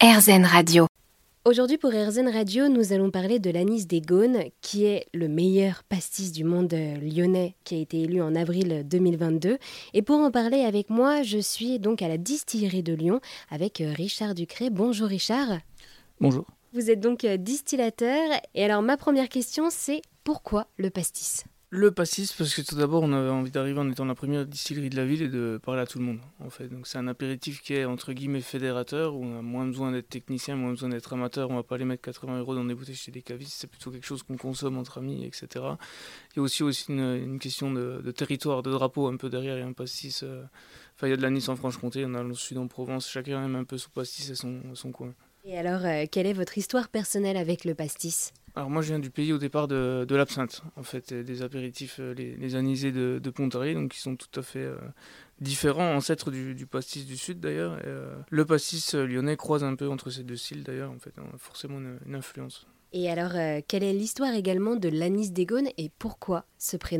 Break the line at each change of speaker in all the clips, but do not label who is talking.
RZN Radio.
Aujourd'hui pour RZN Radio, nous allons parler de l'anis des Gaunes, qui est le meilleur pastis du monde lyonnais, qui a été élu en avril 2022. Et pour en parler avec moi, je suis donc à la distillerie de Lyon avec Richard Ducret. Bonjour Richard.
Bonjour.
Vous êtes donc distillateur. Et alors ma première question, c'est pourquoi le pastis ?
Le pastis, parce que tout d'abord, on avait envie d'arriver en étant la première distillerie de la ville et de parler à tout le monde, en fait. Donc c'est un apéritif qui est, entre guillemets, fédérateur, où on a moins besoin d'être technicien, moins besoin d'être amateur. On va pas aller mettre 80 € dans des bouteilles chez des cavistes, c'est plutôt quelque chose qu'on consomme entre amis, etc. Il y a aussi une question de territoire, de drapeau un peu derrière. Il y a un pastis, il y a de l'anis en Franche-Comté, il y en a dans le sud en Provence. Chacun aime un peu son pastis et son coin.
Et alors, quelle est votre histoire personnelle avec le pastis ?
Alors moi je viens du pays au départ de l'absinthe, en fait, des apéritifs, les anisés de Pontarlier, donc qui sont tout à fait différents, ancêtres du pastis du sud d'ailleurs. Et, le pastis lyonnais croise un peu entre ces deux styles d'ailleurs, en fait, on a forcément une influence.
Et alors, quelle est l'histoire également de l'anis des Gaunes et pourquoi ce prénom ?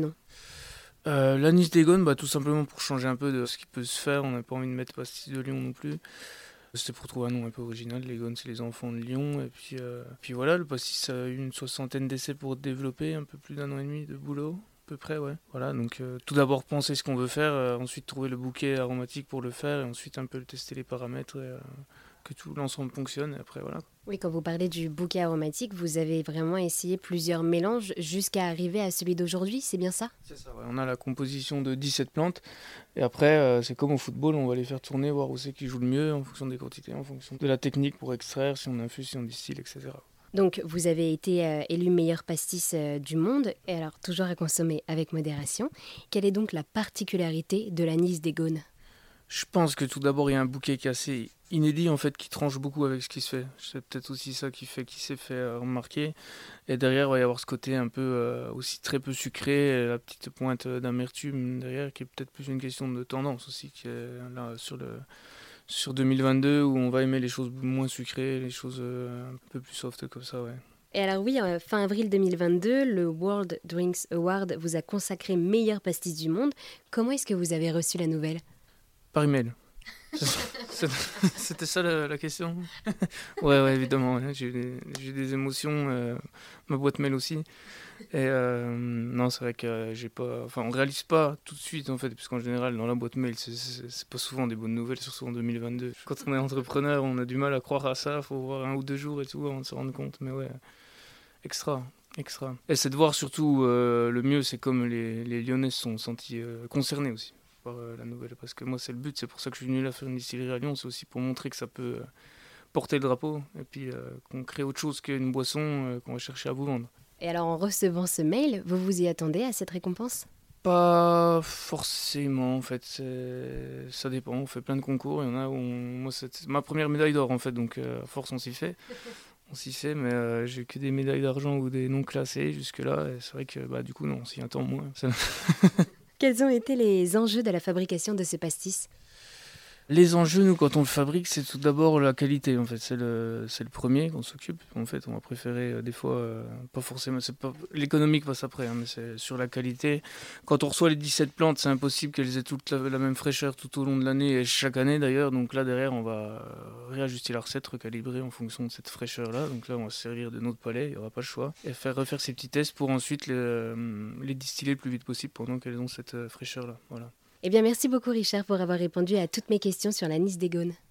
L'anis des Gaunes, tout simplement pour changer un peu de ce qui peut se faire, on n'a pas envie de mettre pastis de Lyon non plus. C'était pour trouver un nom un peu original. Les Gaunes, c'est les enfants de Lyon. Et puis voilà, le pastis a eu une 60aine d'essais pour développer, un peu plus d'1 an et demi de boulot, à peu près, ouais. Voilà, donc tout d'abord penser ce qu'on veut faire, ensuite trouver le bouquet aromatique pour le faire, et ensuite un peu tester les paramètres, et, que tout l'ensemble fonctionne, et après voilà.
Oui, quand vous parlez du bouquet aromatique, vous avez vraiment essayé plusieurs mélanges jusqu'à arriver à celui d'aujourd'hui, c'est bien ça ?
C'est ça, ouais. On a la composition de 17 plantes, et après, c'est comme au football, on va les faire tourner, voir où c'est qui joue le mieux, en fonction des quantités, en fonction de la technique pour extraire, si on infuse, si on distille, etc.
Donc, vous avez été élu meilleur pastis du monde, et alors toujours à consommer avec modération. Quelle est donc la particularité de l'anis des Gaunes ?
Je pense que tout d'abord, il y a un bouquet qui est assez inédit, en fait, qui tranche beaucoup avec ce qui se fait. C'est peut-être aussi ça qui s'est fait remarquer. Et derrière, il va y avoir ce côté un peu aussi très peu sucré, et la petite pointe d'amertume derrière, qui est peut-être plus une question de tendance aussi, qui est là sur 2022, où on va aimer les choses moins sucrées, les choses un peu plus soft comme ça, ouais.
Et alors oui, fin avril 2022, le World Drinks Award vous a consacré meilleur pastis du monde. Comment est-ce que vous avez reçu la nouvelle ?
Par email. C'était ça la question. Ouais, évidemment. Ouais. J'ai eu des émotions, ma boîte mail aussi. Et non, c'est vrai que on réalise pas tout de suite en fait, puisqu'en général dans la boîte mail c'est pas souvent des bonnes nouvelles, surtout en 2022. Quand on est entrepreneur, on a du mal à croire à ça. Faut voir 1 ou 2 jours et tout avant de se rendre compte. Mais ouais, extra. Et c'est de voir surtout le mieux, c'est comme les Lyonnais se sont sentis concernés aussi par la nouvelle, parce que moi c'est le but, c'est pour ça que je suis venu là faire une distillerie à Lyon, c'est aussi pour montrer que ça peut porter le drapeau et puis qu'on crée autre chose qu'une boisson qu'on va chercher à vous vendre.
Et alors en recevant ce mail, vous vous y attendez à cette récompense ?
Pas forcément en fait, ça dépend, on fait plein de concours, il y en a où moi c'est ma première médaille d'or en fait, donc à force on s'y fait. Mais j'ai que des médailles d'argent ou des non classés jusque là, et c'est vrai que du coup non, on s'y attend moins.
Quels ont été les enjeux de la fabrication de ce pastis ?
Les enjeux, nous, quand on le fabrique, c'est tout d'abord la qualité, en fait. C'est le premier qu'on s'occupe. En fait, on va préférer des fois, pas forcément, l'économique passe après, mais c'est sur la qualité. Quand on reçoit les 17 plantes, c'est impossible qu'elles aient toute la même fraîcheur tout au long de l'année, et chaque année d'ailleurs. Donc là, derrière, on va réajuster la recette, recalibrer en fonction de cette fraîcheur-là. Donc là, on va se servir de notre palais, il n'y aura pas le choix. Et refaire ces petits tests pour ensuite les distiller le plus vite possible pendant qu'elles ont cette fraîcheur-là. Voilà.
Eh bien, merci beaucoup Richard pour avoir répondu à toutes mes questions sur l'anis des Gaunes.